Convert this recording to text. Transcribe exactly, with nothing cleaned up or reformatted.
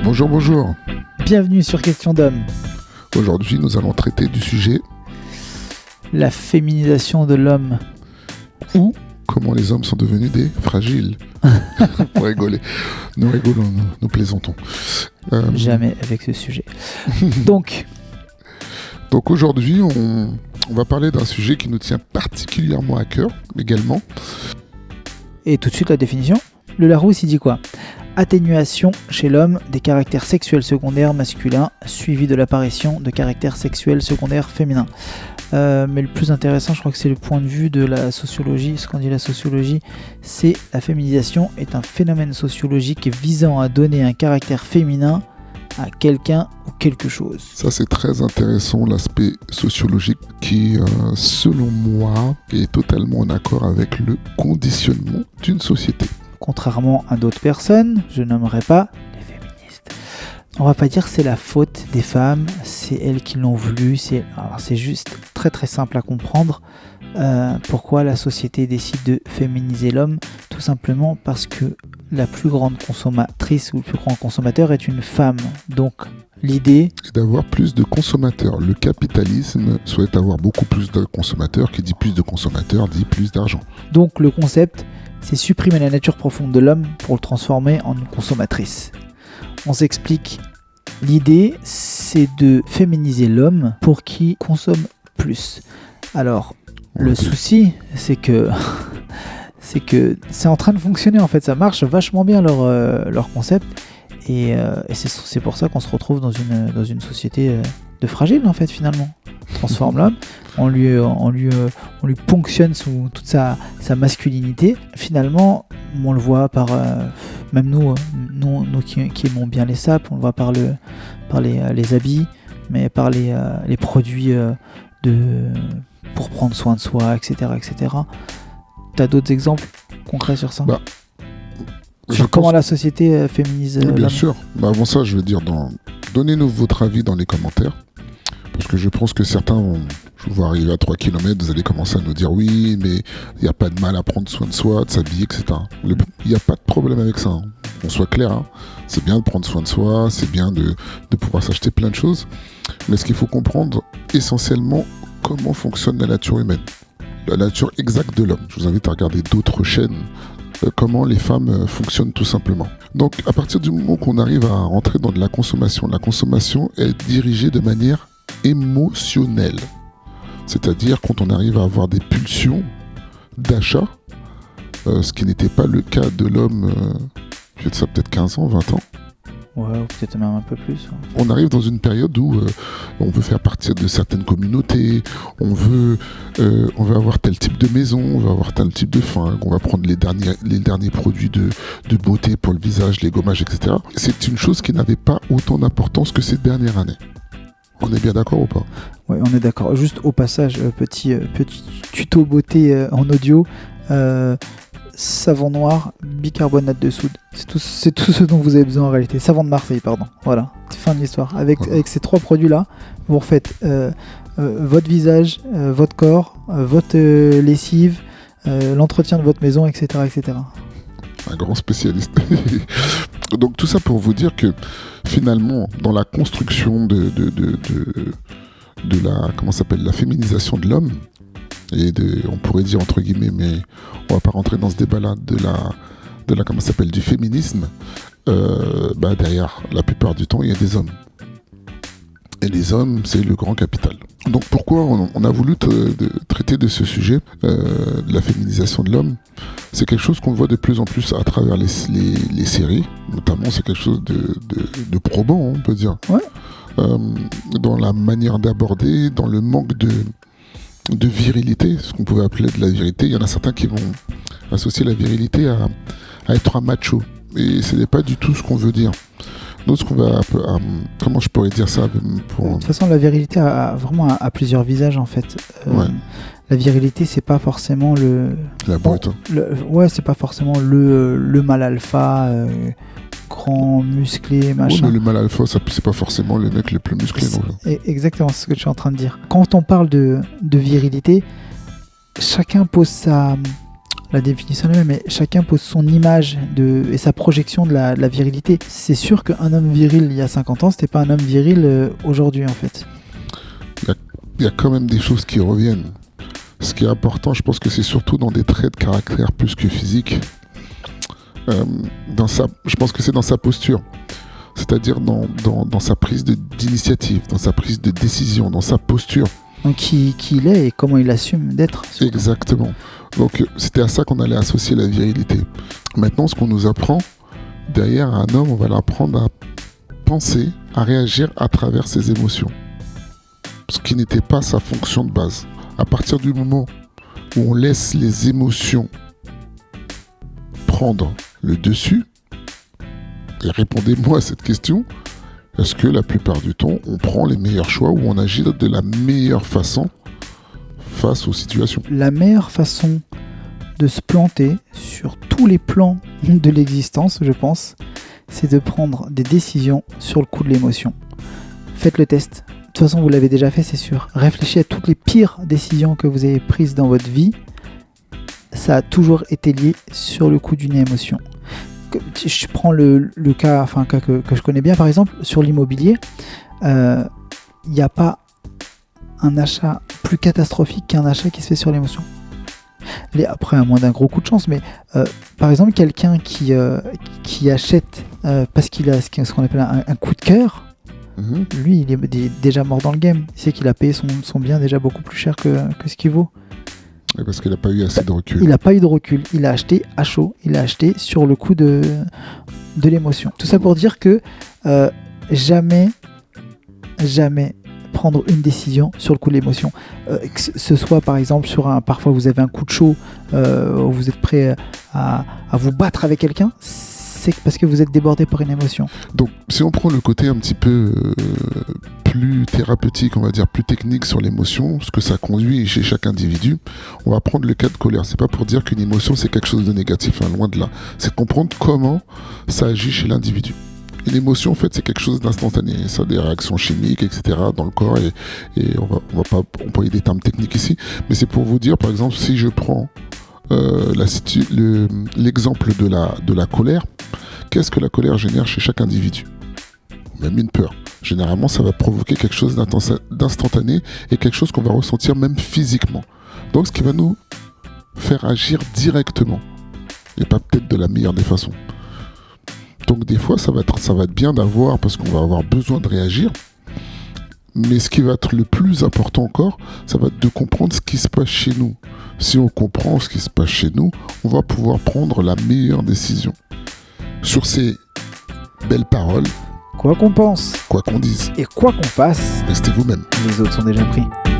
Bonjour, bonjour. Bienvenue sur Question d'Homme. Aujourd'hui, nous allons traiter du sujet la féminisation de l'homme. Ou comment les hommes sont devenus des fragiles. Pour rigoler. Nous rigolons, nous, nous plaisantons. Euh... Jamais avec ce sujet. Donc, Donc aujourd'hui, on, on va parler d'un sujet qui nous tient particulièrement à cœur également. Et tout de suite la définition. Le Larousse, il dit quoi ? Atténuation chez l'homme des caractères sexuels secondaires masculins, suivi de l'apparition de caractères sexuels secondaires féminins. Euh, mais le plus intéressant, je crois que c'est le point de vue de la sociologie. Ce qu'on dit la sociologie, c'est la féminisation est un phénomène sociologique visant à donner un caractère féminin à quelqu'un ou quelque chose. Ça, c'est très intéressant, l'aspect sociologique qui, euh, selon moi, est totalement en accord avec le conditionnement d'une société. Contrairement à d'autres personnes, je nommerai pas les féministes. On va pas dire que c'est la faute des femmes, c'est elles qui l'ont voulu. C'est, alors c'est juste très très simple à comprendre. Euh, pourquoi la société décide de féminiser l'homme ? Tout simplement parce que la plus grande consommatrice ou le plus grand consommateur est une femme. Donc l'idée est d'avoir plus de consommateurs. Le capitalisme souhaite avoir beaucoup plus de consommateurs. Qui dit plus de consommateurs dit plus d'argent. Donc le concept, c'est supprimer la nature profonde de l'homme pour le transformer en une consommatrice. On s'explique. L'idée, c'est de féminiser l'homme pour qu'il consomme plus. Alors, ouais, le souci, c'est que, c'est que c'est en train de fonctionner en fait. Ça marche vachement bien leur, euh, leur concept. Et, euh, et c'est, c'est pour ça qu'on se retrouve dans une, dans une société euh, de fragiles en fait finalement. On transforme l'homme, on lui, on, lui, on lui ponctionne sous toute sa, sa masculinité. Finalement, on le voit par, euh, même nous, nous, nous qui, qui aimons bien les sapes, on le voit par, le, par les, les habits, mais par les, euh, les produits euh, de, pour prendre soin de soi, et cetera et cetera. Tu as d'autres exemples concrets sur ça ? bah, Sur comment pense... la société euh, féminise oui, euh, bien l'homme. sûr. Bah, avant ça, je veux dire, dans... donnez-nous votre avis dans les commentaires. Parce que je pense que certains, vont, je vous vois arriver à trois kilomètres, vous allez commencer à nous dire oui, mais il n'y a pas de mal à prendre soin de soi, de s'habiller, et cetera. Il n'y a pas de problème avec ça. Hein. On soit clair, hein. C'est bien de prendre soin de soi, c'est bien de, de pouvoir s'acheter plein de choses. Mais ce qu'il faut comprendre, essentiellement, comment fonctionne la nature humaine. La nature exacte de l'homme. Je vous invite à regarder d'autres chaînes, euh, comment les femmes euh, fonctionnent tout simplement. Donc, à partir du moment qu'on arrive à rentrer dans de la consommation, la consommation est dirigée de manière émotionnel, c'est-à-dire quand on arrive à avoir des pulsions d'achat, euh, ce qui n'était pas le cas de l'homme, euh, j'ai de ça peut-être quinze ans, vingt ans. Ouais, ou peut-être même un peu plus. Ouais. On arrive dans une période où euh, on veut faire partie de certaines communautés, on veut, euh, on veut avoir tel type de maison, on veut avoir tel type de fringues, on va prendre les derniers, les derniers produits de, de beauté pour le visage, les gommages, et cetera. C'est une chose qui n'avait pas autant d'importance que ces dernières années. On est bien d'accord ou pas ? Oui, on est d'accord. Juste au passage, euh, petit, euh, petit tuto beauté euh, en audio. Euh, savon noir, bicarbonate de soude. C'est tout, c'est tout ce dont vous avez besoin en réalité. Savon de Marseille, pardon. Voilà, c'est fin de l'histoire. Avec, voilà. Avec ces trois produits-là, vous refaites euh, euh, votre visage, euh, votre corps, euh, votre euh, lessive, euh, l'entretien de votre maison, et cetera et cetera. Un grand spécialiste. Donc tout ça pour vous dire que finalement, dans la construction de, de, de, de, de la, comment ça s'appelle, la féminisation de l'homme, et de, on pourrait dire entre guillemets, mais on va pas rentrer dans ce débat-là, de la, de la comment ça s'appelle, du féminisme, euh, bah derrière, la plupart du temps, il y a des hommes. Et les hommes, c'est le grand capital. Donc pourquoi on, on a voulu te, de, traiter de ce sujet, euh, de la féminisation de l'homme ? C'est quelque chose qu'on voit de plus en plus à travers les, les, les séries, notamment c'est quelque chose de, de, de probant, on peut dire. Ouais. Euh, dans la manière d'aborder, dans le manque de, de virilité, ce qu'on pouvait appeler de la virilité. Il y en a certains qui vont associer la virilité à, à être un macho. Et ce n'est pas du tout ce qu'on veut dire. Nous, ce qu'on va, euh, comment je pourrais dire ça pour... De toute façon, la virilité a, a vraiment a, a plusieurs visages en fait. Euh, ouais. La virilité, c'est pas forcément le. La brute. Le, ouais, c'est pas forcément le le mâle alpha, euh, grand, musclé, machin. Ouais, mais le mâle alpha, ça, c'est pas forcément les mecs les plus musclés. Non, exactement, c'est ce que je suis en train de dire. Quand on parle de de virilité, chacun pose sa la définition est la même, mais chacun pose son image de, et sa projection de la, de la virilité. C'est sûr qu'un homme viril il y a cinquante ans, c'était pas un homme viril euh, aujourd'hui en fait. Il y, a, il y a quand même des choses qui reviennent. Ce qui est important, je pense que c'est surtout dans des traits de caractère plus que physique. Euh, dans sa, je pense que c'est dans sa posture. C'est-à-dire dans, dans, dans sa prise de, d'initiative, dans sa prise de décision, dans sa posture. Donc qui, qui il est et comment il assume d'être. Surtout. Exactement. Donc c'était à ça qu'on allait associer la virilité. Maintenant, ce qu'on nous apprend, derrière un homme, on va l'apprendre à penser, à réagir à travers ses émotions. Ce qui n'était pas sa fonction de base. À partir du moment où on laisse les émotions prendre le dessus, et répondez-moi à cette question, est-ce que la plupart du temps, on prend les meilleurs choix ou on agit de la meilleure façon face aux situations ? La meilleure façon de se planter sur tous les plans de l'existence, je pense, c'est de prendre des décisions sur le coup de l'émotion. Faites le test. De toute façon, vous l'avez déjà fait, c'est sûr. Réfléchissez à toutes les pires décisions que vous avez prises dans votre vie. Ça a toujours été lié sur le coup d'une émotion. Je prends le, le cas, enfin, un cas que, que je connais bien, par exemple, sur l'immobilier. Il euh, n'y a pas un achat plus catastrophique qu'un achat qui se fait sur l'émotion. Les, après, à moins d'un gros coup de chance, mais euh, par exemple, quelqu'un qui, euh, qui achète euh, parce qu'il a ce qu'on appelle un, un coup de cœur, mmh. lui, il est d- déjà mort dans le game. Il sait qu'il a payé son, son bien déjà beaucoup plus cher que, que ce qu'il vaut. Et parce qu'il n'a pas eu assez de recul. Il n'a pas eu de recul. Il a acheté à chaud. Il a acheté sur le coup de, de l'émotion. Tout ça pour dire que euh, jamais, jamais prendre une décision sur le coup de l'émotion. Euh, que ce soit par exemple sur un... Parfois vous avez un coup de chaud, euh, vous êtes prêt à, à vous battre avec quelqu'un, c'est parce que vous êtes débordé par une émotion. Donc si on prend le côté un petit peu euh, plus thérapeutique, on va dire plus technique sur l'émotion, ce que ça conduit chez chaque individu, on va prendre le cas de colère. C'est pas pour dire qu'une émotion c'est quelque chose de négatif, hein, loin de là. C'est comprendre comment ça agit chez l'individu. Une émotion, en fait, c'est quelque chose d'instantané. Ça a des réactions chimiques, et cetera dans le corps. Et, et on va, on va pas employer des termes techniques ici. Mais c'est pour vous dire, par exemple, si je prends euh, la situ- le, l'exemple de la, de la colère, qu'est-ce que la colère génère chez chaque individu ? Même une peur. Généralement, ça va provoquer quelque chose d'instantané et quelque chose qu'on va ressentir même physiquement. Donc, ce qui va nous faire agir directement. Et pas peut-être de la meilleure des façons. Donc des fois, ça va être, ça va être bien d'avoir, parce qu'on va avoir besoin de réagir. Mais ce qui va être le plus important encore, ça va être de comprendre ce qui se passe chez nous. Si on comprend ce qui se passe chez nous, on va pouvoir prendre la meilleure décision. Sur ces belles paroles, quoi qu'on pense, quoi qu'on dise, et quoi qu'on fasse, restez vous-même. Les autres sont déjà pris.